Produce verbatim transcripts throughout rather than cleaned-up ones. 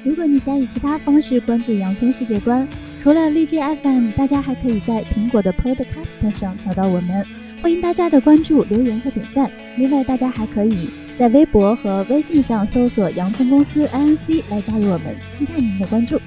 如果你想以其他方式关注洋葱世界观，除了荔枝 F M， 大家还可以在苹果的 Podcast 上找到我们。欢迎大家的关注、留言和点赞。另外，大家还可以在微博和微信上搜索洋葱公司 I N C 来加入我们，期待您的关注。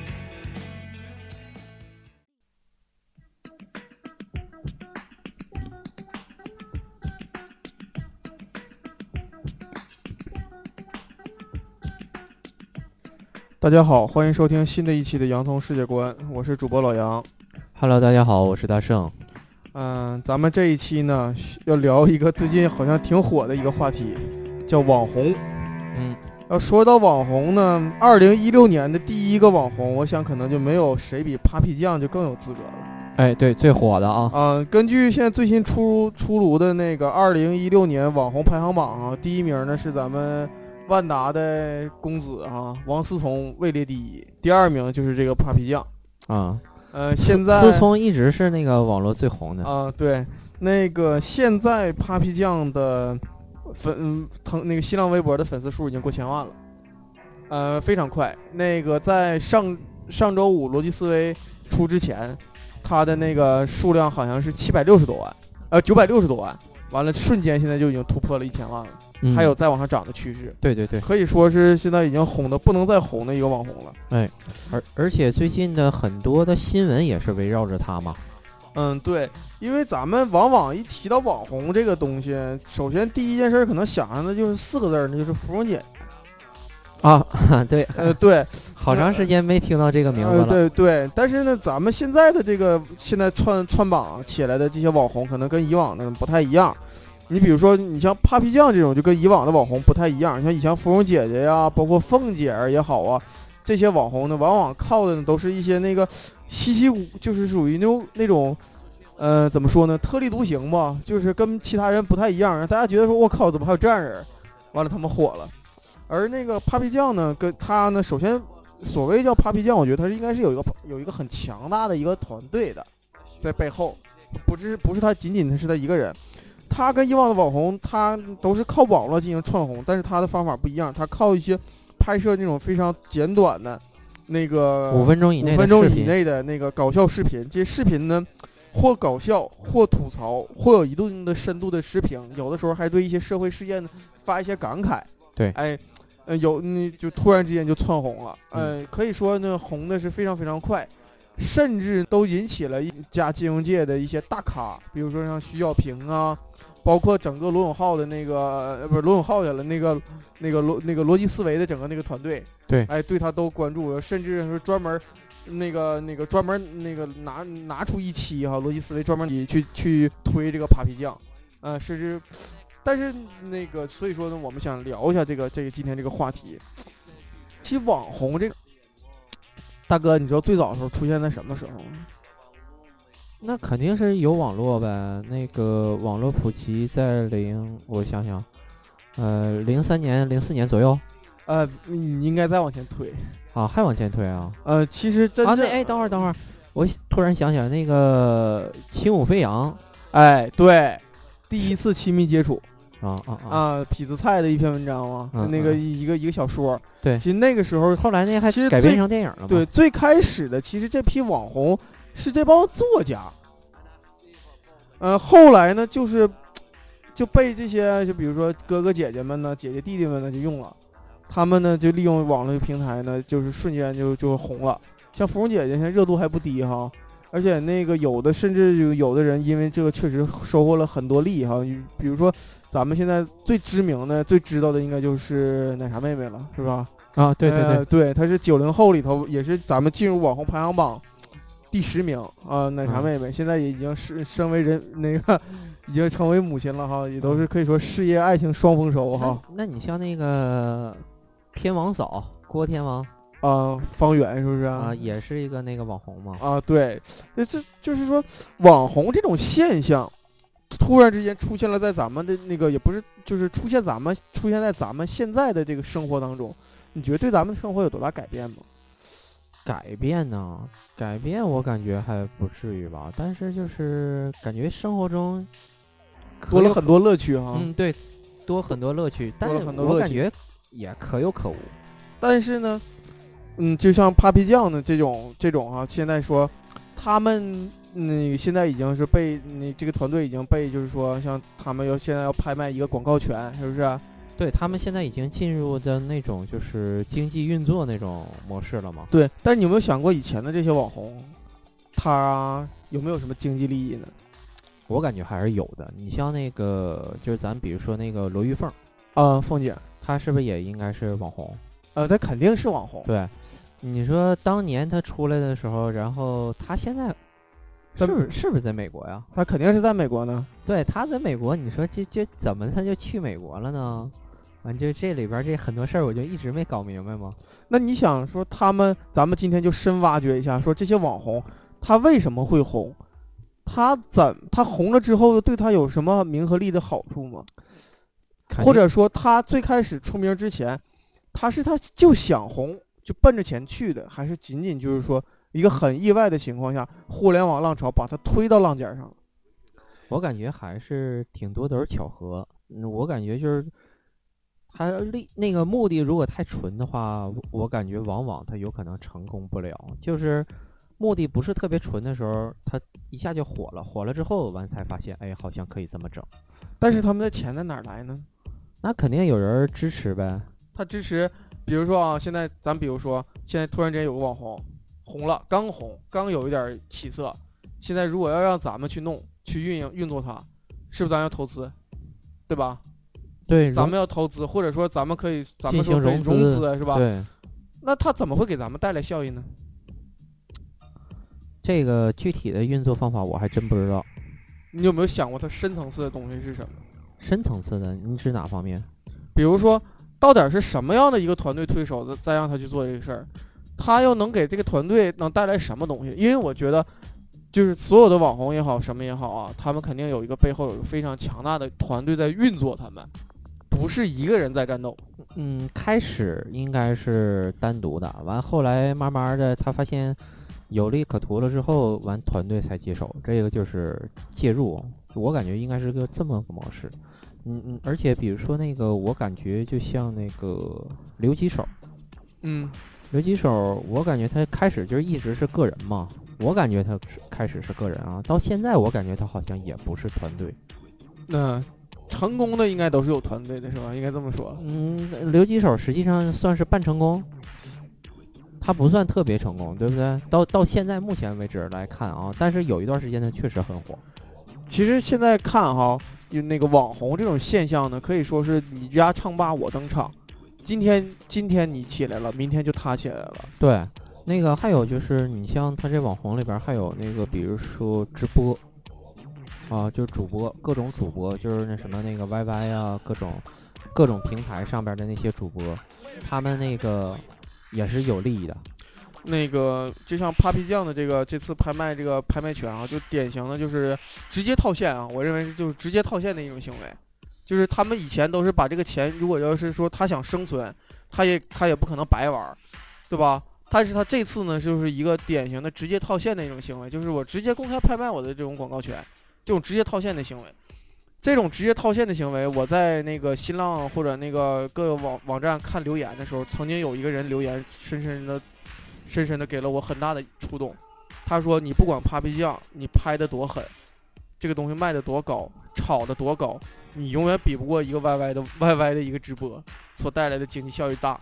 大家好，欢迎收听新的一期的洋葱世界观，我是主播老杨。 Hello， 大家好，我是大圣。 嗯，咱们这一期呢要聊一个最近好像挺火的一个话题，叫网红。 嗯， 要说到网红呢，二零一六年的第一个网红，我想可能就没有谁比 Papi 酱就更有资格了。 哎，对，最火的啊。 嗯，根据现在最新出出炉的那个二零一六年网红排行榜啊，第一名呢是咱们万达的公子啊，王思聪位列第一，第二名就是这个 Papi 酱啊。 呃，现在思聪一直是那个网络最红的啊。对，那个现在 Papi 酱的粉嗯腾那个新浪微博的粉丝数已经过千万了，呃，非常快。那个在上上周五逻辑思维出之前，他的那个数量好像是七百六十多万，呃，九百六十多万。完了，瞬间现在就已经突破了一千万了，嗯、还有再往上涨的趋势。 对对对， 可以说是现在已经红的不能再红的一个网红了。 哎，而而且最近的很多的新闻也是围绕着他嘛。 嗯，对，因为咱们往往一提到网红这个东西，首先第一件事可能想象的就是四个字，那就是芙蓉姐。 啊，对， 呃，对， 好长时间没听到这个名字了。 呃、对对，但是呢，咱们现在的这个现在串串榜起来的这些网红，可能跟以往的不太一样。你比如说，你像 Papi 酱这种，就跟以往的网红不太一样。像以前芙蓉姐姐呀，包括凤姐儿也好啊，这些网红呢，往往靠的呢都是一些那个稀奇古，就是属于那种那种，呃，怎么说呢，特立独行吧，就是跟其他人不太一样，让大家觉得说，我靠，怎么还有这样人？完了，他们火了。而那个 Papi 酱呢，跟他呢，首先所谓叫 Papi 酱，我觉得他应该是有一个有一个很强大的一个团队的在背后，不是不是他仅仅是他一个人。他跟以往的网红，他都是靠网络进行串红，但是他的方法不一样，他靠一些拍摄那种非常简短的，那个五分钟以内五分钟以内的那个搞笑视频。这些视频呢，或搞笑，或吐槽，或有一定的深度的视频，有的时候还对一些社会事件发一些感慨。 对， 哎。呃，有你就突然之间就窜红了，呃，可以说呢，红的是非常非常快，甚至都引起了一家金融界的一些大咖，比如说像徐小平啊，包括整个罗永浩的那个，呃，不是罗永浩去了，那个那个逻那个逻辑思维的整个那个团队， 对， 哎，对他都关注，甚至是专门那个那个专门那个拿拿出一期哈，逻辑思维专门去去推这个 Papi 酱，呃，甚至。但是那个，所以说呢，我们想聊一下这个这个今天这个话题。其实网红这个，大哥，你知道最早的时候出现在什么时候吗？ 那肯定是有网络呗。那个网络普及在零，我想想，呃，零三年、零四年左右。 呃，你应该再往前推啊，还往前推啊？ 呃，其实真啊，那哎，等会儿等会儿，我突然想起来那个轻舞飞扬， 哎，对。第一次亲密接触啊啊啊！痞子蔡的一篇文章嘛， 嗯、 那个一个一个小说。 对， 其实那个时候， 后来那还改编成电影了。 对，最开始的其实这批网红是这帮作家，呃，后来呢就是就被这些就比如说哥哥姐姐们呢、姐姐弟弟们呢就用了，他们呢就利用网络平台呢，就是瞬间就就红了。像芙蓉姐姐现在热度还不低哈。而且那个有的甚至有有的人因为这个确实收获了很多利哈，比如说咱们现在最知名的、最知道的应该就是奶茶妹妹了，是吧？ 啊，对对对， 呃、对，她是九零后里头也是咱们进入网红排行榜第十名啊、呃。奶茶妹妹、嗯、现在也已经是身为人那个已经成为母亲了哈，也都是可以说事业爱情双丰收哈。 那, 那你像那个天王嫂郭天王。 啊、呃，方圆是不是啊？也是一个那个网红嘛。 啊，对，这就是说，网红这种现象，突然之间出现了在咱们的那个，也不是，就是出现咱们出现在咱们现在的这个生活当中，你觉得对咱们的生活有多大改变吗？ 改变呢？改变我感觉还不至于吧，但是就是感觉生活中多了很多乐趣哈。 嗯，对，多很多乐趣，但是多了很多乐趣， 我感觉也可有可无。 但是呢， 嗯，就像 Papi 酱的这种这种啊，现在说他们那、嗯、现在已经是被那这个团队已经被就是说像他们要现在要拍卖一个广告权，是不是、啊？ 对，他们现在已经进入的那种就是经济运作那种模式了嘛。 对，但是你有没有想过以前的这些网红，他有没有什么经济利益呢？ 我感觉还是有的。你像那个就是咱比如说那个罗玉凤啊，凤姐， 她是不是也应该是网红？ 呃，她肯定是网红。 对，你说当年她出来的时候，然后她现在是不是是不是在美国呀？ 她肯定是在美国呢。 对，她在美国，你说这这怎么她就去美国了呢？完，就这里边这很多事儿，我就一直没搞明白吗？ 那你想说他们，咱们今天就深挖掘一下，说这些网红他为什么会红？他怎他红了之后对他有什么名和利的好处吗？或者说他最开始出名之前，他是他就想红，就奔着钱去的，还是仅仅就是说一个很意外的情况下，互联网浪潮把他推到浪尖上了？ 我感觉还是挺多都是巧合。嗯，我感觉就是他立那个目的如果太纯的话，我感觉往往他有可能成功不了。就是目的不是特别纯的时候，他一下就火了，火了之后完才发现，哎，好像可以这么整。 但是他们的钱在哪儿来呢？ 那肯定有人支持呗。 他支持，比如说啊，现在咱比如说，现在突然间有个网红红了，刚红，刚有一点起色，现在如果要让咱们去弄、去运营、运作它，是不是咱要投资，对吧？ 对， 咱们要投资，或者说咱们可以，咱们说可以融资，融资是吧？ 对。 那他怎么会给咱们带来效益呢？ 这个具体的运作方法我还真不知道。 你有没有想过它深层次的东西是什么？ 深层次的，你指哪方面？ 比如说，到底是什么样的一个团队推手的，再让他去做这个事儿，他又能给这个团队能带来什么东西？因为我觉得，就是所有的网红也好，什么也好啊，他们肯定有一个背后有一个非常强大的团队在运作他们。不是一个人在战斗。 嗯，开始应该是单独的，完后来慢慢的他发现有利可图了之后，完团队才接手，这个就是介入。我感觉应该是个这么个模式。嗯嗯，而且比如说那个，我感觉就像那个刘几手， 嗯， 刘几手，我感觉他开始就一直是个人嘛，我感觉他开始是个人啊，到现在我感觉他好像也不是团队。 那成功的应该都是有团队的，是吧？应该这么说。 嗯，刘几手实际上算是半成功，他不算特别成功，对不对？到到现在目前为止来看啊，但是有一段时间他确实很火。 其实现在看哈，就那个网红这种现象呢，可以说是你家唱罢我登场。今天今天你起来了，明天就他起来了。 对，那个还有就是你像他这网红里边还有那个，比如说直播。啊，就是主播，各种主播，就是那什么那个 Y Y 啊，各种各种平台上边的那些主播，他们那个也是有利益的。 那个就像 Papi 酱的这个这次拍卖这个拍卖权啊，就典型的就是直接套现啊，我认为是就是直接套现的一种行为。就是他们以前都是把这个钱，如果要是说他想生存，他也他也不可能白玩，对吧？但是他这次呢，就是一个典型的直接套现的一种行为，就是我直接公开拍卖我的这种广告权。这种直接套现的行为，这种直接套现的行为，我在那个新浪或者那个各个网网站看留言的时候，曾经有一个人留言，深深的、深深的给了我很大的触动。他说：“你不管 Papi 酱，你拍的多狠，这个东西卖的多高，炒的多高，你永远比不过一个 Y Y 的 Y Y 的一个直播所带来的经济效益大。”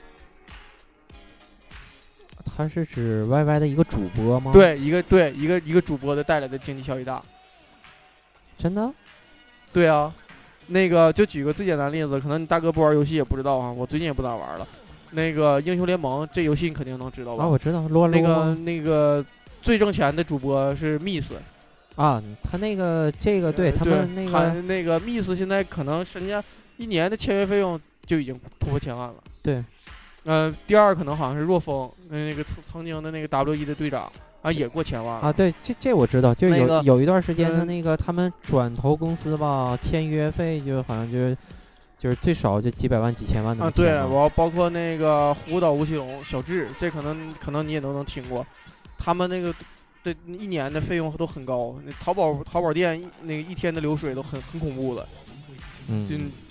他是指 Y Y 的一个主播吗？ 对，一个对一个一个主播的带来的经济效益大。 真的？ 对啊，那个就举个最简单的例子，可能你大哥不玩游戏也不知道啊，我最近也不咋玩了。那个英雄联盟这游戏你肯定能知道吧？ 啊，我知道，撸啊撸那个那个最挣钱的主播是 Miss 啊，他那个这个对、呃、他们那个那个 Miss 现在可能身价一年的签约费用就已经突破千万了。 对， 呃，第二可能好像是若风，那个曾曾经的那个 W 一的队长。啊，也过千万啊！对，这这我知道，就有、那个、有一段时间，他那个、嗯、他们转投公司吧，签约费就好像就就是最少就几百万、几千万的啊。对，我包括那个虎岛无喜龙、小智，这可能可能你也都能听过，他们那个对一年的费用都很高，那淘宝淘宝店那个一天的流水都很很恐怖的。 嗯， 就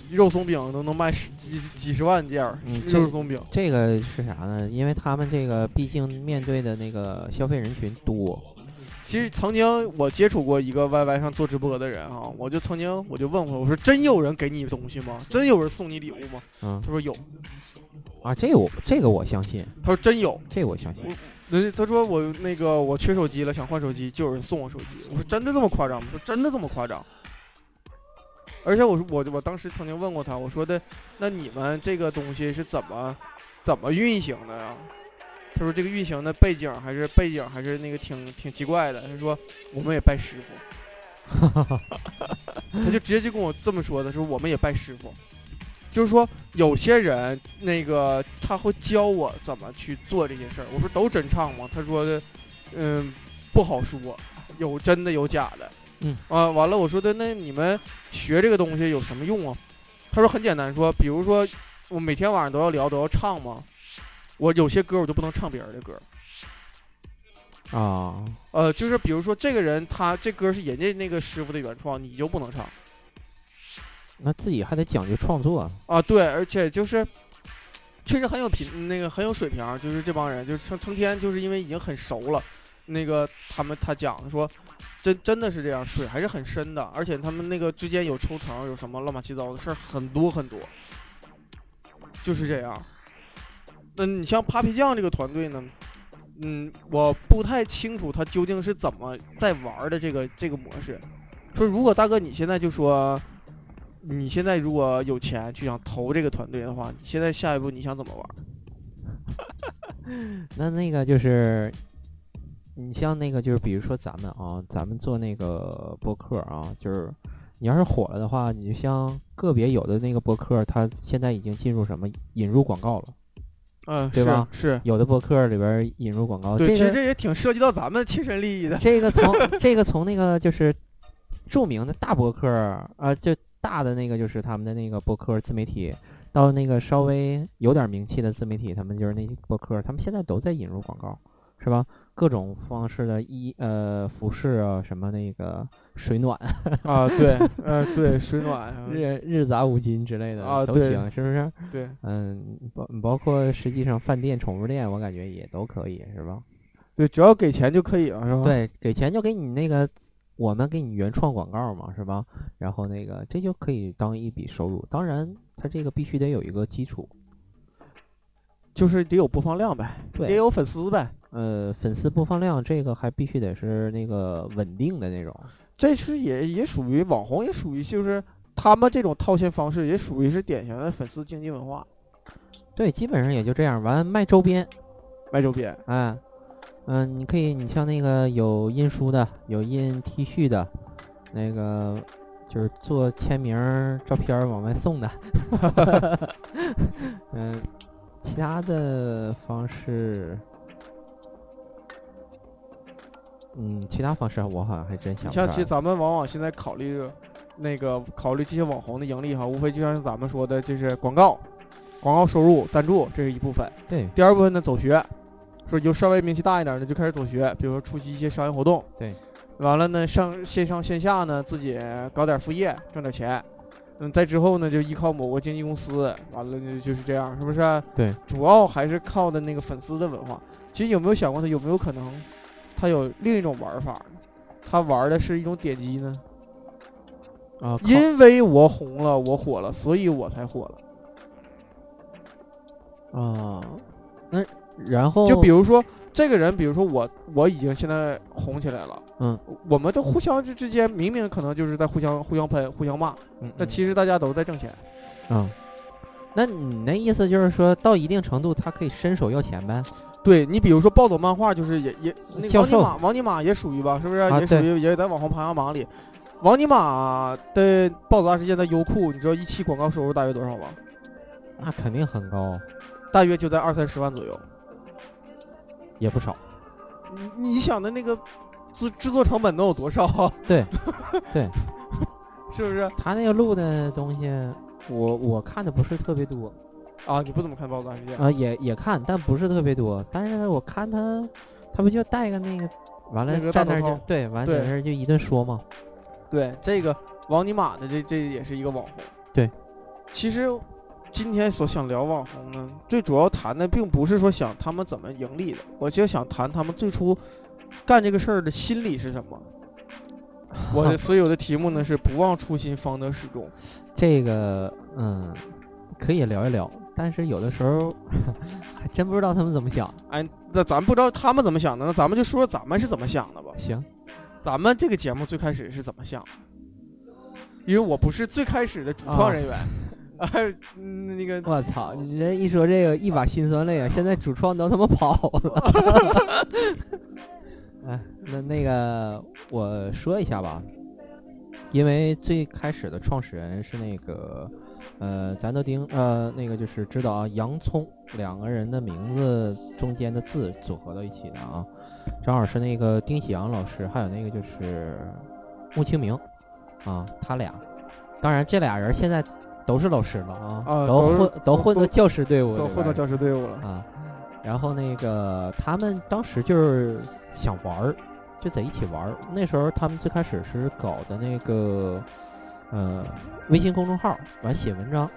肉松饼都能卖十几几十万件儿， 嗯肉松饼。 这个是啥呢？因为他们这个毕竟面对的那个消费人群多。 其实曾经我接触过一个 Y Y 上做直播的人啊，我就曾经我就问我，我说真有人给你东西吗？真有人送你礼物吗？ 嗯， 他说有。 啊，这个我这个我相信。 他说真有， 这个我相信。 人他说我那个我缺手机了，想换手机，就有人送我手机。我说真的这么夸张吗？说真的这么夸张。而且我说我我当时曾经问过他，我说的那你们这个东西是怎么怎么运行的呀？他说这个运行的背景还是背景还是那个挺挺奇怪的。他说我们也拜师傅，他就直接就跟我这么说的，说我们也拜师傅。就是说，有些人那个他会教我怎么去做这些事儿。我说都真唱吗？他说的，嗯，不好说，有真的有假的。 嗯啊，完了，我说的那你们学这个东西有什么用啊？他说很简单，说比如说我每天晚上都要聊都要唱嘛，我有些歌我就不能唱别人的歌。 啊， 呃，就是比如说这个人他这歌是人家那个师傅的原创，你就不能唱。 那自己还得讲究创作啊，对，而且就是确实很有品，那个很有水平，就是这帮人，就是成成天就是因为已经很熟了，那个他们他讲说，真真的是这样，水还是很深的，而且他们那个之间有抽成，有什么乱八七糟的事儿很多很多，就是这样。那你像 Papi 酱这个团队呢，嗯，我不太清楚他究竟是怎么在玩的这个这个模式。说如果大哥你现在就说。你现在如果有钱去想投这个团队的话，你现在下一步你想怎么玩？ 那那个就是，你像那个就是，比如说咱们啊，咱们做那个播客啊，就是你要是火了的话，你就像个别有的那个播客，它现在已经进入什么引入广告了， 嗯， 对吧？ 是, 是有的播客里边引入广告， 对， 这个、 其实这也挺涉及到咱们切身利益的。 这个从这个从那个就是著名的大播客啊、呃，就。大的那个就是他们的那个播客自媒体，到那个稍微有点名气的自媒体，他们就是那些播客，他们现在都在引入广告，是吧？各种方式的衣呃服饰啊，什么那个水暖啊，对，呃对，水暖日日杂五金之类的啊， 都行，是不是？ 对， 嗯，包包括实际上饭店、宠物店，我感觉也都可以，是吧？ 对，只要给钱就可以了，是吧？ 对，给钱就给你那个。我们给你原创广告嘛，是吧？然后那个这就可以当一笔收入。当然，它这个必须得有一个基础， 就是得有播放量呗， 对， 得有粉丝呗。 呃，粉丝播放量这个还必须得是那个稳定的那种。 这是也也属于网红，也属于就是他们这种套现方式，也属于是典型的粉丝经济文化。 对，基本上也就这样。完卖周边， 卖周边， 哎。嗯，你可以，你像那个有印书的，有印 T 恤的，那个就是做签名、照片往外送的。嗯，其他的方式，嗯，其他方式我好像还真想不出来。 像其实咱们往往现在考虑那个考虑这些网红的盈利哈，无非就像咱们说的，就是广告、广告收入、赞助，这是一部分。 对， 第二部分呢，走学。说就稍微名气大一点的就开始走学，比如说出席一些商业活动， 对， 完了呢上线上线下呢自己搞点副业挣点钱，嗯，再之后呢就依靠某个经纪公司，完了就就是这样，是不是？ 对， 主要还是靠的那个粉丝的文化。其实有没有想过他有没有可能，他有另一种玩法呢？他玩的是一种点击呢？ 啊， 因为我红了，我火了，所以我才火了。啊，那。然后就比如说这个人，比如说我我已经现在红起来了， 嗯， 我们都互相之之间明明可能就是在互相互相喷、互相骂， 嗯， 但其实大家都在挣钱， 嗯，那你那意思就是说到一定程度，他可以伸手要钱呗？ 对，你比如说暴走漫画，就是也也那个王尼玛，王尼玛也属于吧，是不是？ 啊、 也属于也在网红排行榜里。王尼玛的暴走大事件在优酷，你知道一期广告收入大约多少吗？ 那肯定很高， 大约就在二三十万左右。 也不少， 你你想的那个制制作成本能有多少啊？ 对，对， 是不是？ 他那个录的东西，我我看的不是特别多啊，你不怎么看《暴走大事件》 啊？也也看，但不是特别多。但是我看他，他不就带个那个，完了站那就对，完在那就一顿说嘛。 对，这个王尼玛的这这也是一个网红。 对， 其实今天所想聊网红呢，最主要谈的并不是说想他们怎么盈利的，我就想谈他们最初干这个事儿的心理是什么。我的所有的题目呢是不忘初心，方得始终。 这个嗯，可以聊一聊，但是有的时候还真不知道他们怎么想。 哎，那咱不知道他们怎么想的，那咱们就说咱们是怎么想的吧。 行， 咱们这个节目最开始是怎么想的？因为我不是最开始的主创人员。啊，嗯、那个我操！你这一说这个一把辛酸泪啊！现在主创都他妈跑了。哎，那那个我说一下吧，因为最开始的创始人是那个呃咱都丁呃那个就是知道啊，洋葱两个人的名字中间的字组合到一起的啊，正好是那个丁喜洋老师，还有那个就是穆清明啊，他俩。当然这俩人现在都是老师了啊， 啊都混都都混到教师队伍， 都混到教师队伍了啊。然后那个他们当时就是想玩儿，就在一起玩儿。那时候他们最开始是搞的那个呃微信公众号，完写文章。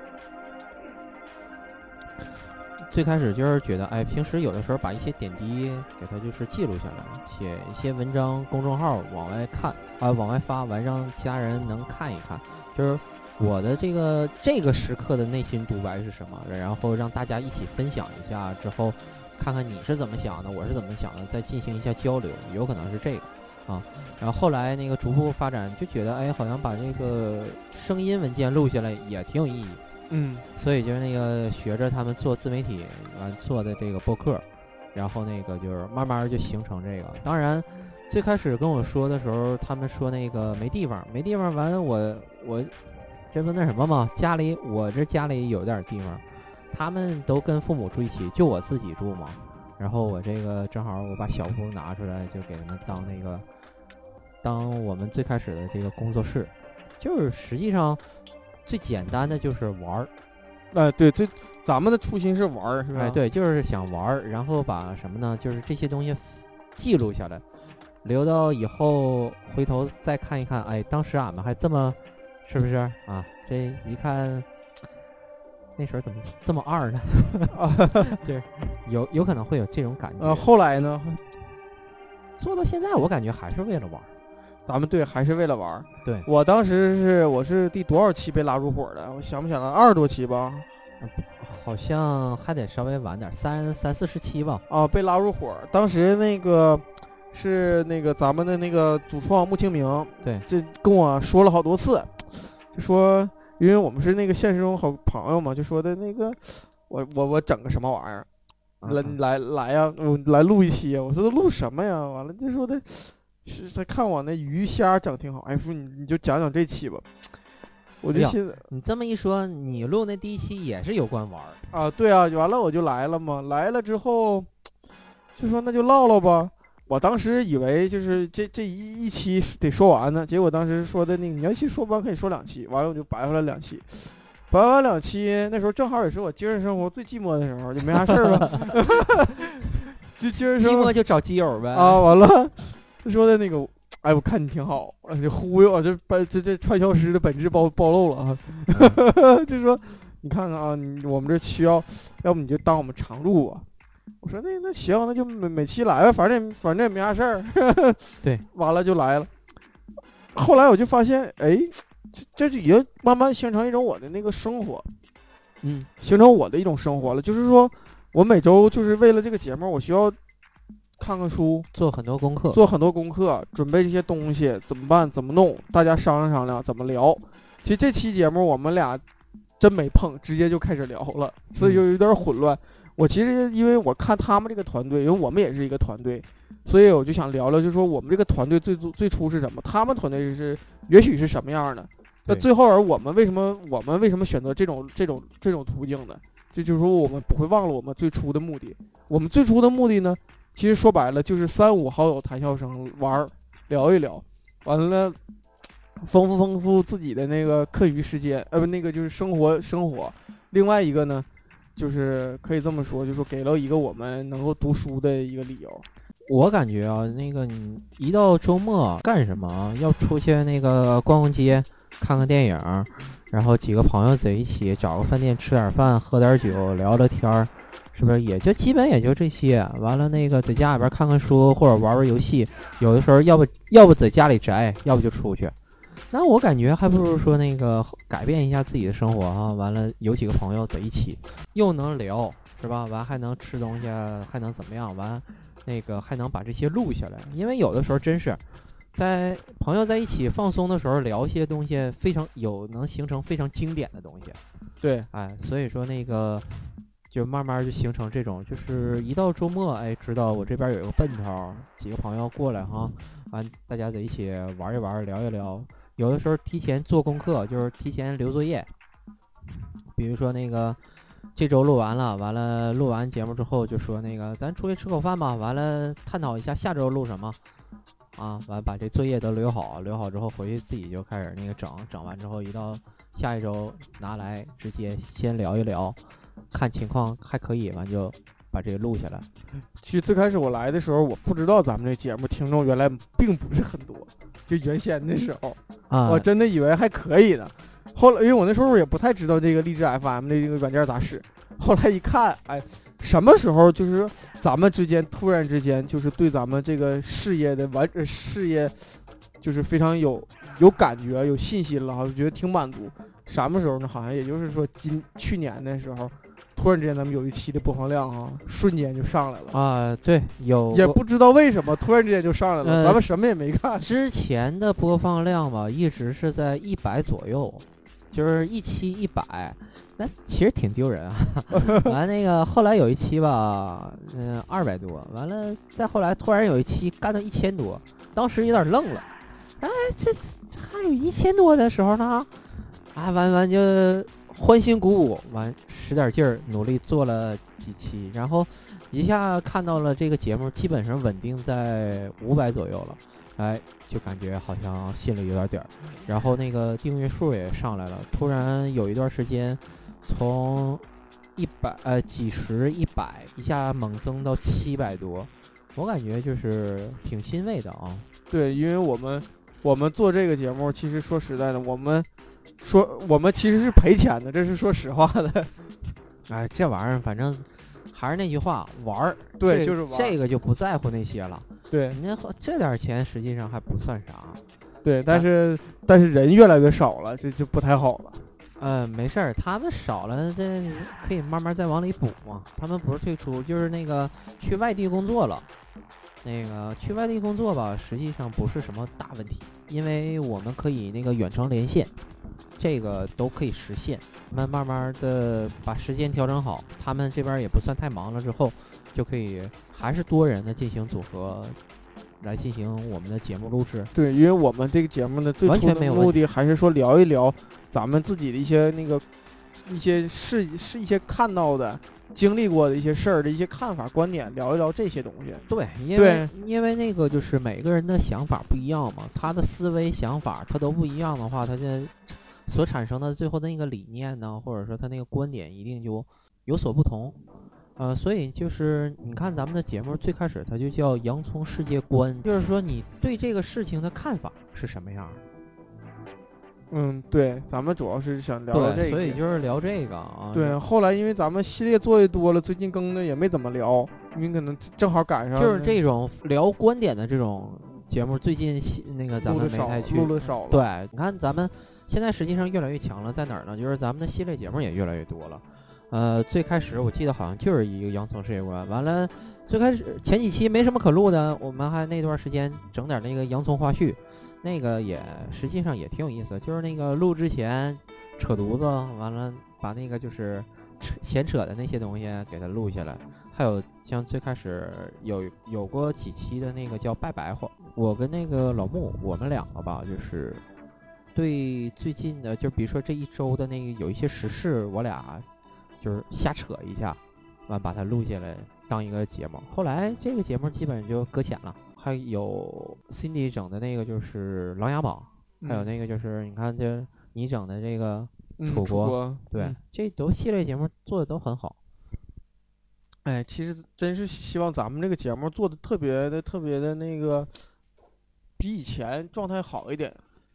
最开始就是觉得，哎，平时有的时候把一些点滴给它就是记录下来，写一些文章，公众号往外看啊、呃，往外发，完让其他人能看一看，就是我的这个这个时刻的内心独白是什么，然后让大家一起分享一下，之后看看你是怎么想的，我是怎么想的，再进行一下交流，有可能是这个啊。然后后来那个逐步发展，就觉得哎，好像把这个声音文件录下来也挺有意义。 嗯， 所以就是那个学着他们做自媒体完做的这个播客，然后那个就是慢慢就形成这个。当然最开始跟我说的时候，他们说那个没地方没地方，完了我我这不那什么嘛，家里我这家里有点地方，他们都跟父母住一起，就我自己住嘛。然后我这个正好我把小屋拿出来，就给他们当那个当我们最开始的这个工作室，就是实际上最简单的就是玩儿。 哎，对，最咱们的初心是玩儿，是吧？ 哎，对，就是想玩儿，然后把什么呢？就是这些东西记录下来，留到以后回头再看一看。哎，当时俺们还这么，是不是啊？这一看，那时候怎么这么二呢？啊，就是有有可能会有这种感觉。 呃，后来呢？ 做到现在，我感觉还是为了玩儿。 咱们对还是为了玩。 对， 我当时是我是第多少期被拉入伙的？我想不起来了，二十多期吧？ 好像还得稍微晚点，三三四十期吧。 啊，被拉入伙。当时那个是那个咱们的那个主创穆清明， 对， 这跟我说了好多次，就说因为我们是那个现实中好朋友嘛，就说的那个我我我整个什么玩意儿，来来来呀，我来录一期。我说都录什么呀？完了就说的。是他看我那鱼虾整挺好，哎，说你你就讲讲这期吧，我就现在、哎、 你这么一说，你录那第一期也是有关玩啊，对啊，完了我就来了嘛，来了之后就说那就唠唠吧。我当时以为就是这这一一期得说完呢，结果当时说的那个你要一期说不完可以说两期，完了我就白回来两期，白完两期，那时候正好也是我精神生活最寂寞的时候，就没啥事儿了，就精神生活寂寞就找基友呗啊，完了。说的那个，哎，我看你挺好，就忽悠啊，这把这这传销师的本质暴暴露了啊！嗯、就说你看看啊，你我们这需要，要不你就当我们常驻吧。我说那那行，那就每每期来吧，反正反正也没啥事儿。 对， 完了就来了。后来我就发现，哎，这这就已经慢慢形成一种我的那个生活， 嗯， 形成我的一种生活了。就是说我每周就是为了这个节目，我需要。看看书， 做很多功课， 做很多功课，准备这些东西怎么办？怎么弄？大家商量商量怎么聊。其实这期节目我们俩真没碰，直接就开始聊了，所以就有点混乱。嗯、我其实因为我看他们这个团队，因为我们也是一个团队，所以我就想聊聊，就说我们这个团队最最初是什么？他们团队是也许是什么样的？那最后而我们为什么我们为什么选择这种这种这种途径呢？这就是说我们不会忘了我们最初的目的。我们最初的目的呢？其实说白了就是三五好友谈笑声玩聊一聊，完了丰富丰富自己的那个课余时间，呃不那个就是生活生活。另外一个呢，就是可以这么说，就是说给了一个我们能够读书的一个理由。 我感觉啊，那个你一到周末干什么啊？要出去那个逛逛街，看看电影， 然后几个朋友在一起找个饭店吃点饭，喝点酒，聊聊天儿，是不是也就基本也就这些？完了那个在家里边看看书或者玩玩游戏，有的时候要不要不在家里宅，要不就出去。那我感觉还不如说那个改变一下自己的生活啊！完了有几个朋友在一起，又能聊，是吧？完还能吃东西，还能怎么样？完那个还能把这些录下来，因为有的时候真是在朋友在一起放松的时候聊一些东西，非常有能形成非常经典的东西。 对， 哎，所以说那个就慢慢就形成这种，就是一到周末，哎，知道我这边有一个奔头，几个朋友过来哈，完大家在一起玩一玩，聊一聊。有的时候提前做功课，就是提前留作业，比如说那个这周录完了，完了录完节目之后就说那个咱出去吃口饭吧，完了探讨一下下周录什么啊，完把这作业都留好，留好之后回去自己就开始那个整，整完之后一到下一周拿来直接先聊一聊，看情况还可以，完就把这个录下来。 其实最开始我来的时候，我不知道咱们这节目听众原来并不是很多，就原先的时候， 啊， 我真的以为还可以呢。后来因为我那时候也不太知道这个荔枝 F M 的这个软件咋使，后来一看，哎，什么时候就是咱们之间突然之间就是对咱们这个事业的完呃事业就是非常有有感觉有信心了，我觉得挺满足。什么时候呢？好像也就是说今去年的时候，突然之间咱们有一期的播放量啊，瞬间就上来了啊，对，有也不知道为什么突然之间就上来了， 呃、 咱们什么也没干。 之前的播放量吧，一直是在一百左右，就是一期一百，那其实挺丢人啊。完那个后来有一期吧，嗯，二百多，完了再后来突然有一期干到一千多，当时有点愣了，哎，这还有一千多的时候呢，啊，完完就欢欣鼓舞，完使点劲儿，努力做了几期，然后一下看到了这个节目基本上稳定在五百左右了，哎，就感觉好像心里有点点儿，然后那个订阅数也上来了，突然有一段时间从一百呃几十一百一下猛增到七百多，我感觉就是挺欣慰的啊。 对，因为我们我们做这个节目，其实说实在的，我们说我们其实是赔钱的，这是说实话的。 哎，这玩意儿反正还是那句话，玩儿， 对， 这就是玩这个就不在乎那些了。 对， 人家这点钱实际上还不算啥。 对，但是、啊、但是人越来越少了，这就不太好了。 呃，没事儿，他们少了，这可以慢慢再往里补嘛。他们不是退出，就是那个去外地工作了。那个去外地工作吧，实际上不是什么大问题，因为我们可以那个远程连线，这个都可以实现。慢慢慢的把时间调整好，他们这边也不算太忙了之后，就可以还是多人的进行组合来进行我们的节目录制。 对，因为我们这个节目的最初的目的还是说聊一聊咱们自己的一些那个一些是是一些看到的经历过的一些事儿的一些看法观点，聊一聊这些东西。 对，因为因为那个就是每个人的想法不一样嘛，他的思维想法他都不一样的话，他这所产生的最后的那个理念呢，或者说他那个观点一定就有所不同。呃，所以就是你看咱们的节目最开始它就叫洋葱世界观，就是说你对这个事情的看法是什么样。 嗯，对，咱们主要是想聊聊这个， 所以就是聊这个啊。 对，后来因为咱们系列做的多了，最近更的也没怎么聊，因为可能正好赶上。 就是这种聊观点的这种节目，最近那个咱们没太去录的少了。 对，你看咱们现在实际上越来越强了，在哪儿呢？就是咱们的系列节目也越来越多了。呃，最开始我记得好像就是一个洋葱世界观，完了最开始前几期没什么可录的，我们还那段时间整点那个洋葱花絮，那个也实际上也挺有意思，就是那个录之前扯犊子，完了把那个就是扯闲扯的那些东西给它录下来，还有像最开始有有过几期的那个叫拜白话，我跟那个老穆我们两个吧，就是对最近的，就比如说这一周的那个有一些时事，我俩就是瞎扯一下，完把它录下来当一个节目。后来这个节目基本就搁浅了。还有 Cindy 整的那个就是《琅琊榜》，嗯，还有那个就是你看这你整的这个楚国， 嗯、国对、 嗯， 这都系列节目做的都很好。 哎，其实真是希望咱们这个节目做的特别的特别的那个比以前状态好一点。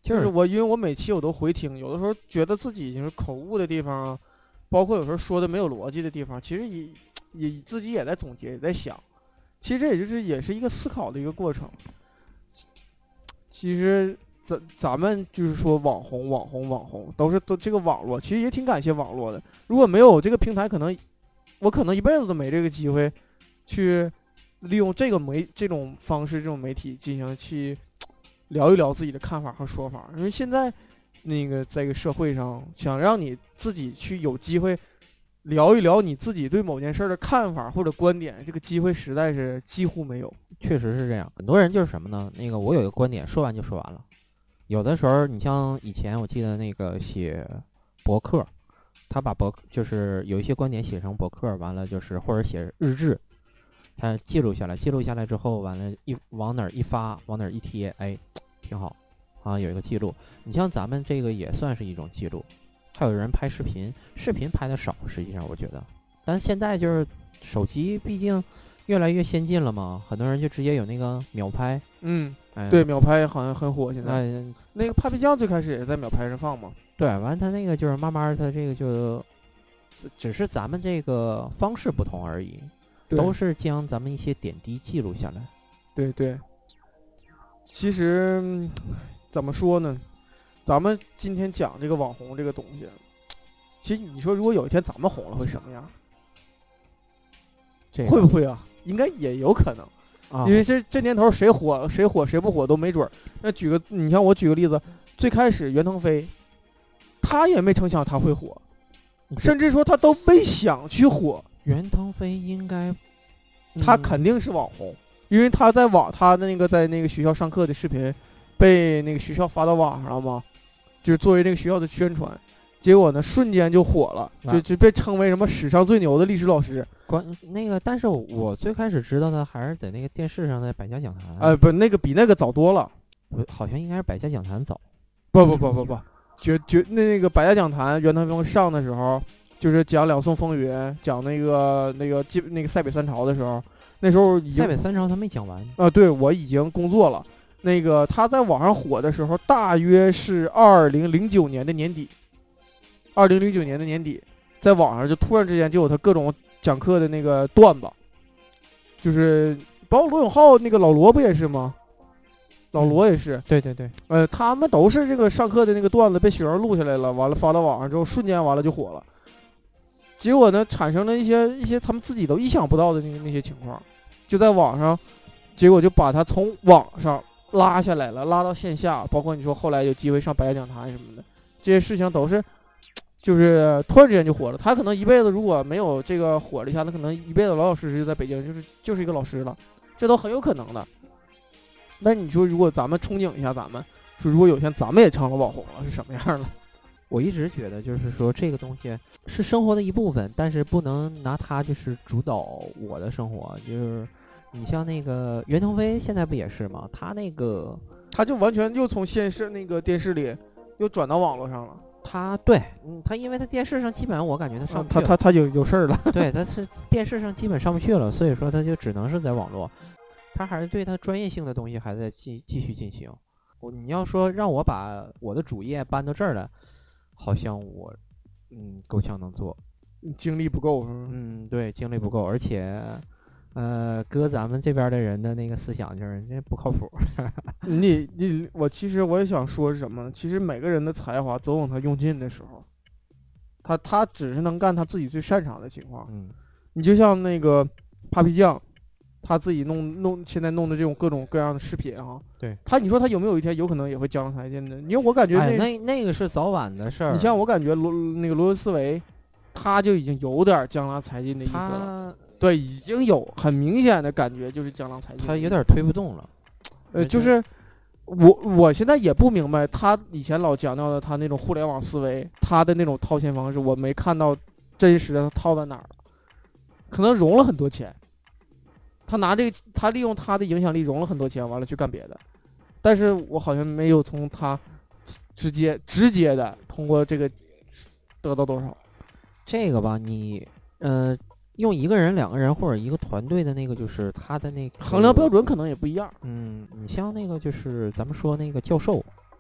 就就是是我因为我每期我都回听，有的时候觉得自己就是口误的地方啊，包括有时候说的没有逻辑的地方，其实也也自己也在总结，也在想。其实这也就是也是一个思考的一个过程。其实咱咱们就是说网红网红网红都是都这个网络，其实也挺感谢网络的。如果没有这个平台，可能我可能一辈子都没这个机会去利用这个媒这种方式这种媒体进行去聊一聊自己的看法和说法。因为现在那个在一个社会上，想让你自己去有机会聊一聊你自己对某件事的看法或者观点，这个机会实在是几乎没有。 确实是这样，很多人就是什么呢？那个我有一个观点，说完就说完了。有的时候，你像以前我记得那个写博客，他把博就是有一些观点写成博客，完了就是或者写日志，他记录下来，记录下来之后，完了一往哪儿一发，往哪儿一贴，哎，挺好啊，有一个记录。你像咱们这个也算是一种记录。还有人拍视频，视频拍的少，实际上我觉得，但现在就是手机毕竟越来越先进了嘛，很多人就直接有那个秒拍， 嗯， 哎， 对，秒拍好像很火，现在、 哎， 那个 Papi 酱最开始也在秒拍上放嘛。 对，完他那个就是慢慢他这个就，只是咱们这个方式不同而已，都是将咱们一些点滴记录下来。 对对，其实、嗯、怎么说呢？咱们今天讲这个网红这个东西，其实你说如果有一天咱们红了会什么样？ 这个、 会不会啊？应该也有可能， 啊、 因为这这年头谁火谁火谁不火都没准儿。那举个，你像我举个例子，最开始袁腾飞，他也没成想他会火，甚至说他都没想去火。 袁腾飞应该， 嗯、他肯定是网红，因为他在网他的那个在那个学校上课的视频被那个学校发到网上了嘛。就是作为这个学校的宣传，结果呢，瞬间就火了，就就被称为什么史上最牛的历史老师。 关那个，但是我最开始知道的还是在那个电视上的百家讲坛。 呃，不，那个比那个早多了。 不，好像应该是百家讲坛早。 不不不不不，绝绝那那个百家讲坛，袁腾飞上的时候，就是讲两宋风云，讲那个那个那个塞北三朝的时候，那时候已经塞北三朝他没讲完啊、呃。对，我已经工作了。那个他在网上火的时候，大约是二零零九年的年底，二零零九年的年底，在网上就突然之间就有他各种讲课的那个段子，就是包括罗永浩那个老罗不也是吗？老罗也是， 嗯、对对对， 呃，他们都是这个上课的那个段子被学生录下来了，完了发到网上之后，瞬间完了就火了。结果呢，产生了一些一些他们自己都意想不到的那那些情况，就在网上，结果就把他从网上拉下来了，拉到线下，包括你说后来有机会上百家讲坛什么的，这些事情都是，就是突然之间就火了。他可能一辈子如果没有这个火了一下，他可能一辈子老老实实就在北京，就是就是一个老师了，这都很有可能的。那你说，如果咱们憧憬一下，咱们说如果有一天咱们也成了网红了，是什么样的？ 我一直觉得就是说这个东西是生活的一部分，但是不能拿它就是主导我的生活，就是。你像那个袁腾飞现在不也是吗？他那个他就完全又从电视那个电视里又转到网络上了。 他对，嗯，他因为他电视上基本上我感觉他上不去了， 他他他有有事儿了。 对，他是电视上基本上不去了，所以说他就只能是在网络。他还是对他专业性的东西还在继继续进行。我你要说让我把我的主业搬到这儿来，好像我嗯够呛能做， 精力不够是吗？ 嗯，对，精力不够，而且。呃，搁咱们这边的人的那个思想就是这不靠谱。 你你我其实我也想说是什么？其实每个人的才华总有他用尽的时候，他他只是能干他自己最擅长的情况。 嗯， 你就像那个 Papi 酱，他自己弄弄现在弄的这种各种各样的视频啊， 对他， 你说他有没有一天有可能也会江郎才尽的？因为我感觉那、 哎、那那个是早晚的事儿。 你像我感觉罗那个罗文思维，他就已经有点江郎才尽的意思了。对，已经有很明显的感觉，就是江郎才尽。 他有点推不动了。 呃，就是我我现在也不明白，他以前老强调的他那种互联网思维，他的那种套现方式，我没看到真实的套在哪儿了。可能融了很多钱，他拿这个，他利用他的影响力融了很多钱，完了去干别的。但是我好像没有从他直接直接的通过这个得到多少。 这个吧，你呃。用一个人、两个人或者一个团队的那个，就是他的那个衡量标准可能也不一样。 嗯，你像那个就是咱们说那个教授，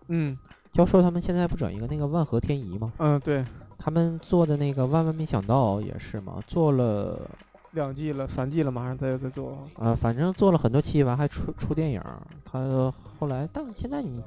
嗯教授他们现在不整一个那个万和天宜吗？ 嗯，对， 他们做的那个万万没想到也是嘛，做了两季了，三季了，马上再再做。 呃，反正做了很多期，完还出出电影。他后来，但现在你，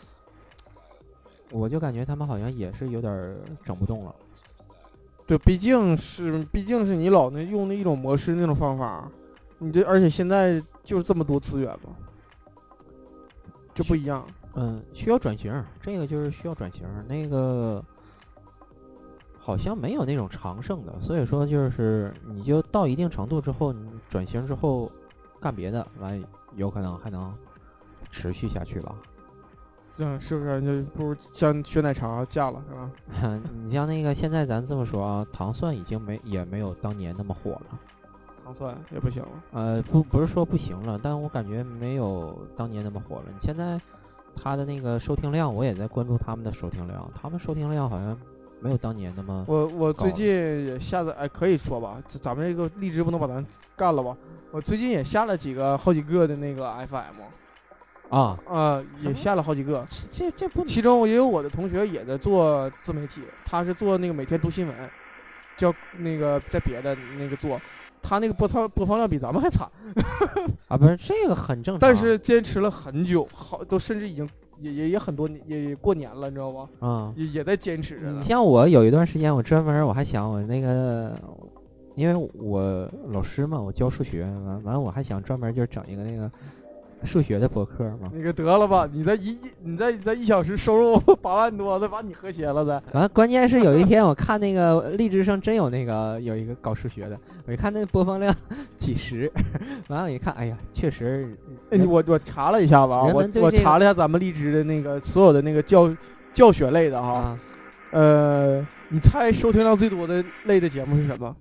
我就感觉他们好像也是有点整不动了。 对，毕竟是毕竟是你老那用的一种模式那种方法，你这而且现在就是这么多资源嘛，就不一样。 嗯，需要转型，这个就是需要转型。那个好像没有那种长盛的，所以说就是你就到一定程度之后，你转型之后干别的，完有可能还能持续下去吧。 嗯，是不是？就不如像雪奶茶嫁了，是吧？ 你像那个现在咱这么说啊，糖蒜已经没也没有当年那么火了。 糖蒜也不行了。 呃，不不是说不行了，但我感觉没有当年那么火了。你现在他的那个收听量，我也在关注他们的收听量，他们收听量好像没有当年那么。 我我最近也下载，哎，可以说吧，咱们这个荔枝不能把咱干了吧？我最近也下了几个好几个的那个 F M。 啊啊，也下了好几个， 这这不， 其中也有我的同学也在做自媒体，他是做那个每天读新闻，叫那个在别的那个做，他那个播放播放量比咱们还惨啊，不是这个很正常， 但是坚持了很久，好都甚至已经也也也很多年也也过年了，你知道吗？ 啊、嗯， 也也在坚持着。 你像我有一段时间，我专门我还想我那个，因为我老师嘛，我教数学，完完我还想专门就整一个那个。数学的博客嘛， 那个得了吧，你在一你在你在一小时收入八万多，再把你和谐了再。 完了，关键是有一天我看那个荔枝上真有那个有一个搞数学的，我一看那播放量几十，完了我一看，哎呀，确实， 哎，我我查了一下吧，我我查了一下咱们荔枝的那个所有的那个教教学类的哈，啊、呃，你猜收听量最多的类的节目是什么？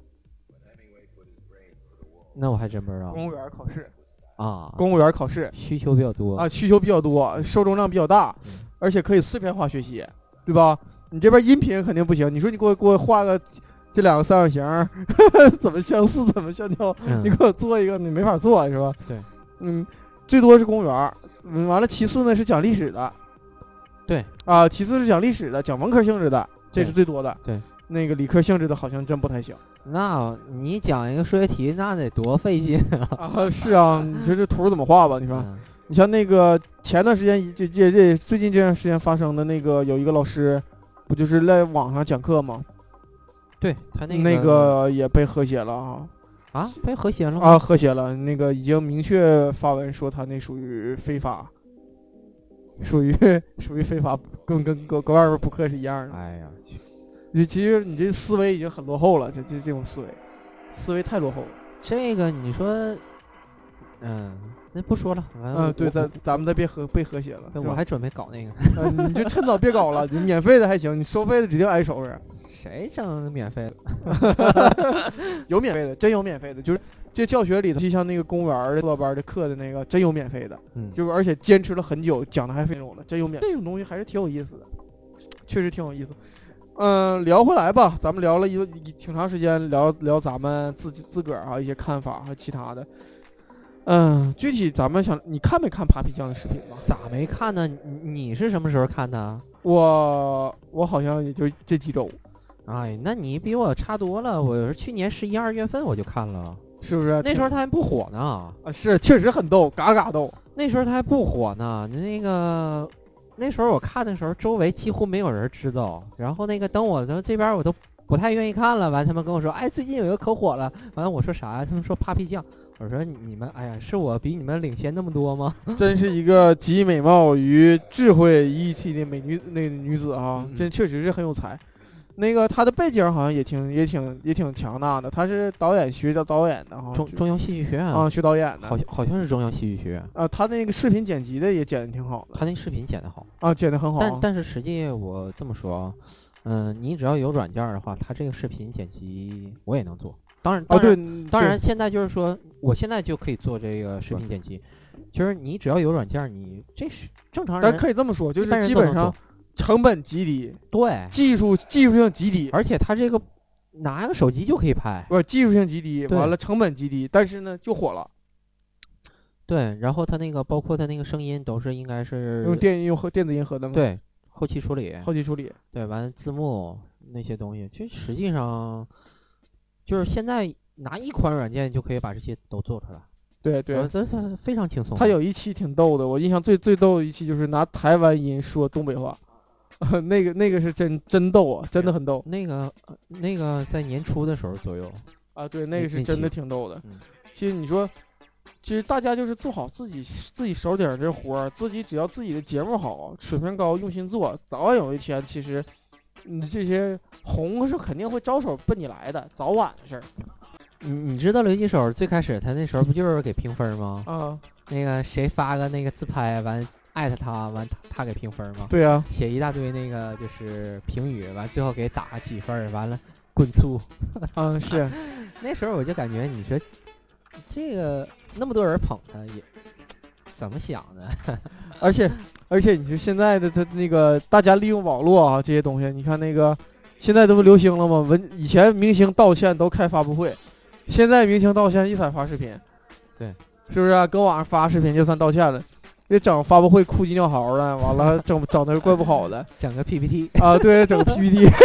那我还真不知道。 公务员考试。 啊， 公务员考试需求比较多啊，需求比较多，受众量比较大，嗯、而且可以碎片化学习，对吧？你这边音频肯定不行，你说你给我给我画个这两个三角形，呵呵怎么相似，怎么相交？嗯、你给我做一个，你没法做，是吧？ 对， 嗯，最多是公务员，嗯，完了，其次呢是讲历史的， 对啊，其次是讲历史的，讲文科性质的，这是最多的， 对。 那个理科性质的好像真不太行。 那你讲一个数学题，那得多费劲啊！啊是啊，你说这图怎么画吧？你说，嗯、你像那个前段时间，这这这最近这段时间发生的那个，有一个老师，不就是在网上讲课吗？ 对他那个那个也被和谐了啊！ 啊，被和谐了吗？ 啊，和谐了。那个已经明确发文说他那属于非法，属于属于非法，跟跟跟跟外边补课是一样的。 哎呀。 你其实你这思维已经很落后了，这这这种思维，思维太落后了。 这个你说，嗯，那不说了。 嗯，对，咱咱们再别和被和谐了。 我还准备搞那个， 嗯、你就趁早别搞了。你免费的还行，你收费的指定挨收拾。 谁整免费的？ 有免费的，真有免费的，就是这教学里头，就像那个公务员的坐班的课的那个，真有免费的。嗯，就是而且坚持了很久，讲的还非常的，真有免费。这种东西还是挺有意思的，确实挺有意思。嗯，聊回来吧，咱们聊了一挺长时间，聊聊咱们自己自个儿啊一些看法和其他的。嗯，具体咱们想，你看没看 Papi 酱的视频吧？ 咋没看呢？你你是什么时候看的？ 我我好像也就这几周。 哎，那你比我差多了。我是去年十一二月份我就看了， 是不是？ 那时候他还不火呢。 啊，是，确实很逗，嘎嘎逗。 那时候他还不火呢，那个。那时候我看的时候，周围几乎没有人知道。然后那个等我到这边，我都不太愿意看了。完，他们跟我说：“哎，最近有一个可火了。”完了，我说啥呀？他们说 Papi 酱。我说你们，哎呀，是我比你们领先那么多吗？ 真是一个集美貌与智慧一体的美女，那个女子啊，嗯、真确实是很有才。那个她的背景好像也挺也挺也挺强大的，她是导演学的导演的哈， 中中央戏剧学院啊，学导演的， 好像好像是中央戏剧学院啊。她那个视频剪辑的也剪得挺好的， 她那视频剪得好啊，剪得很好。 但但是实际我这么说啊，嗯、呃，你只要有软件的话，她这个视频剪辑我也能做。当然，当然， 啊、对， 当然现在就是说，我现在就可以做这个视频剪辑，就是你只要有软件，你这是正常人。 但可以这么说，就是基本上。成本极低， 对， 技术技术性极低， 而且它这个拿个手机就可以拍， 不是技术性极低，完了成本极低，但是呢就火了。 对，然后他那个包括他那个声音都是应该是用电用和电子音核的吗？， 对后期处理， 后期处理。 对，完字幕那些东西，其实实际上就是现在拿一款软件就可以把这些都做出来。 对对， 这是非常轻松。 他有一期挺逗的，我印象最最逗的一期就是拿台湾音说东北话，那个那个是真真逗啊，真的很逗。 那个那个在年初的时候左右啊，对，那个是真的挺逗的。 嗯、 其实你说，其实大家就是做好自己自己手底上这活儿，自己只要自己的节目好，水平高，用心做，早晚有一天，其实你这些红是肯定会招手奔你来的，早晚的事儿。 你你知道刘几手最开始他那时候不就是给评分吗？ 啊， 那个谁发个那个自拍完艾特他完他他给评分吗？ 对呀、啊， 写一大堆那个就是评语，完最后给打几分，完了滚粗。 嗯，是。 那时候我就感觉你说这个那么多人捧他也怎么想的？ 而且而且你说现在的他那个大家利用网络啊这些东西，你看那个现在都不流行了吗？文以前明星道歉都开发布会。现在明星道歉一彩发视频， 对， 是不是啊？搁网上发视频就算道歉了，这整发布会哭鸡尿嚎的，完了整整的怪不好的， 整个 P P T 啊，对，整个 P P T，P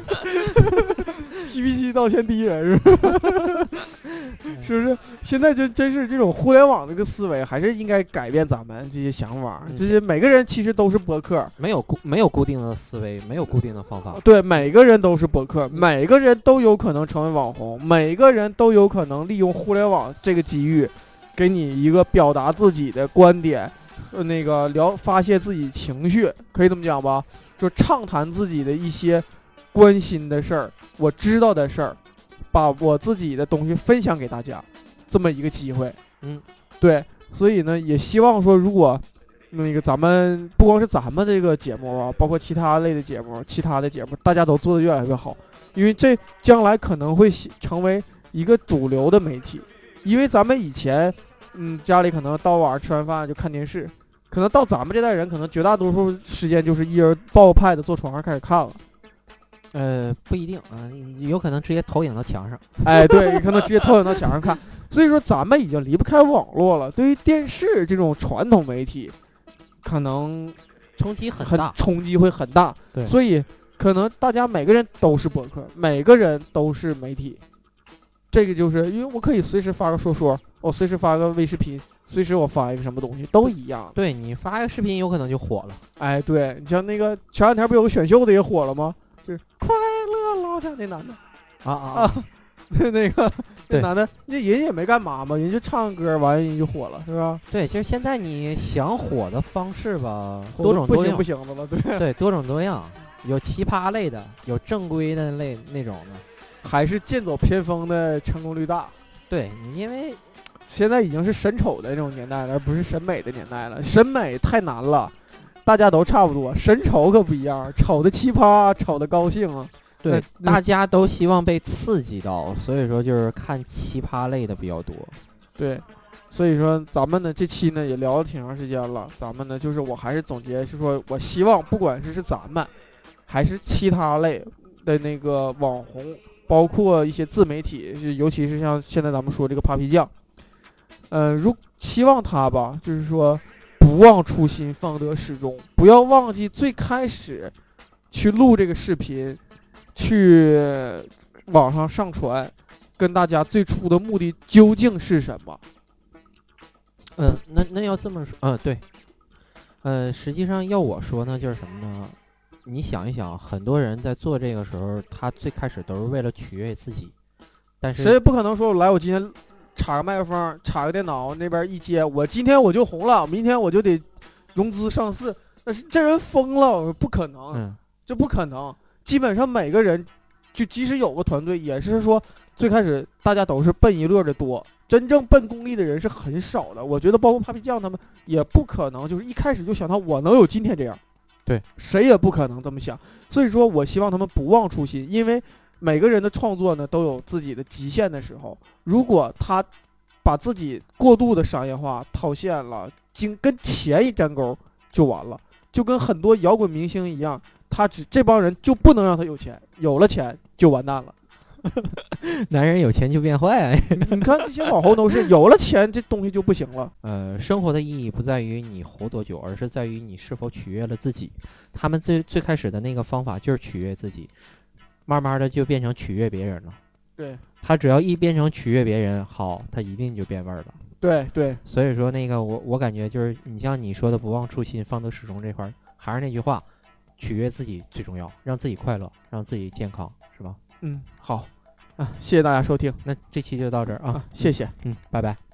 P T 道歉第一人是不是？是不是？现在就真是这种互联网这个思维，还是应该改变咱们这些想法。 嗯、 就是每个人其实都是播客， 没有固没有固定的思维，没有固定的方法。 对，每个人都是播客，每个人都有可能成为网红，每个人都有可能利用互联网这个机遇，给你一个表达自己的观点，呃，那个聊发泄自己情绪，可以这么讲吧？就畅谈自己的一些关心的事儿，我知道的事儿。把我自己的东西分享给大家，这么一个机会， 嗯， 对，所以呢，也希望说，如果那个咱们不光是咱们这个节目啊，包括其他类的节目、其他的节目，大家都做得越来越好，因为这将来可能会成为一个主流的媒体。因为咱们以前，嗯，家里可能到晚上吃完饭就看电视，可能到咱们这代人，可能绝大多数时间就是一人抱个 pad 坐床上开始看了。 呃，不一定啊，有可能直接投影到墙上。 哎，对，可能直接投影到墙上看。所以说，咱们已经离不开网络了。对于电视这种传统媒体，可能冲击很很大， 冲击会很大。 对， 所以可能大家每个人都是播客，每个人都是媒体。这个就是因为我可以随时发个说说，我随时发个微视频，随时我发一个什么东西都一样。 对，你发一个视频有可能就火了。 哎，对，你像那个前两天不有个选秀的也火了吗？就是快乐老家那男的啊啊啊，那那个那对男的，那人也没干嘛嘛，人就唱歌完人就火了，是吧？ 对，就是现在你想火的方式吧， 火多种多样， 不行不行的了，对对，多种多样，有奇葩类的，有正规的类那种的， 还是剑走偏锋的成功率大。 对，你因为现在已经是审丑的那种年代了，而不是审美的年代了。审美太难了，大家都差不多，审丑可不一样，丑的奇葩，丑的高兴啊。 对，大家都希望被刺激到，所以说就是看奇葩类的比较多。 对，所以说咱们呢这期呢也聊了挺长时间了，咱们呢就是我还是总结是说，我希望不管是是咱们还是其他类的那个网红，包括一些自媒体，就尤其是像现在咱们说这个 Papi 酱，呃，如希望他吧，就是说不忘初心，方得始终，不要忘记最开始去录这个视频，去网上上传，跟大家最初的目的究竟是什么？ 嗯，那那要这么说，嗯，对，呃，实际上要我说呢，就是什么呢？你想一想，很多人在做这个时候，他最开始都是为了取悦自己，但是谁也不可能说来我今天插个麦克风，插个电脑，那边一接，我今天我就红了，明天我就得融资上市，那是这人疯了，不可能， 嗯， 这不可能。基本上每个人，就即使有个团队，也是说最开始大家都是奔一乐的多，真正奔功利的人是很少的。我觉得包括 Papi 酱他们也不可能，就是一开始就想到我能有今天这样。 对， 谁也不可能这么想。所以说我希望他们不忘初心，因为每个人的创作呢都有自己的极限的时候。如果他把自己过度的商业化套现了，经跟钱一沾钩就完了，就跟很多摇滚明星一样，他只这帮人就不能让他有钱，有了钱就完蛋了。 男人有钱就变坏啊。 你看这些网红都是有了钱，这东西就不行了。 呃，生活的意义不在于你活多久，而是在于你是否取悦了自己。他们最最开始的那个方法就是取悦自己，慢慢的就变成取悦别人了。 对， 他只要一变成取悦别人，好，他一定就变味儿了。 对对， 所以说那个我我感觉就是你像你说的不忘初心，方得始终这块儿，还是那句话，取悦自己最重要，让自己快乐，让自己健康，是吧？ 嗯，好啊，谢谢大家收听那这期就到这儿啊， 啊，谢谢。 嗯，拜拜。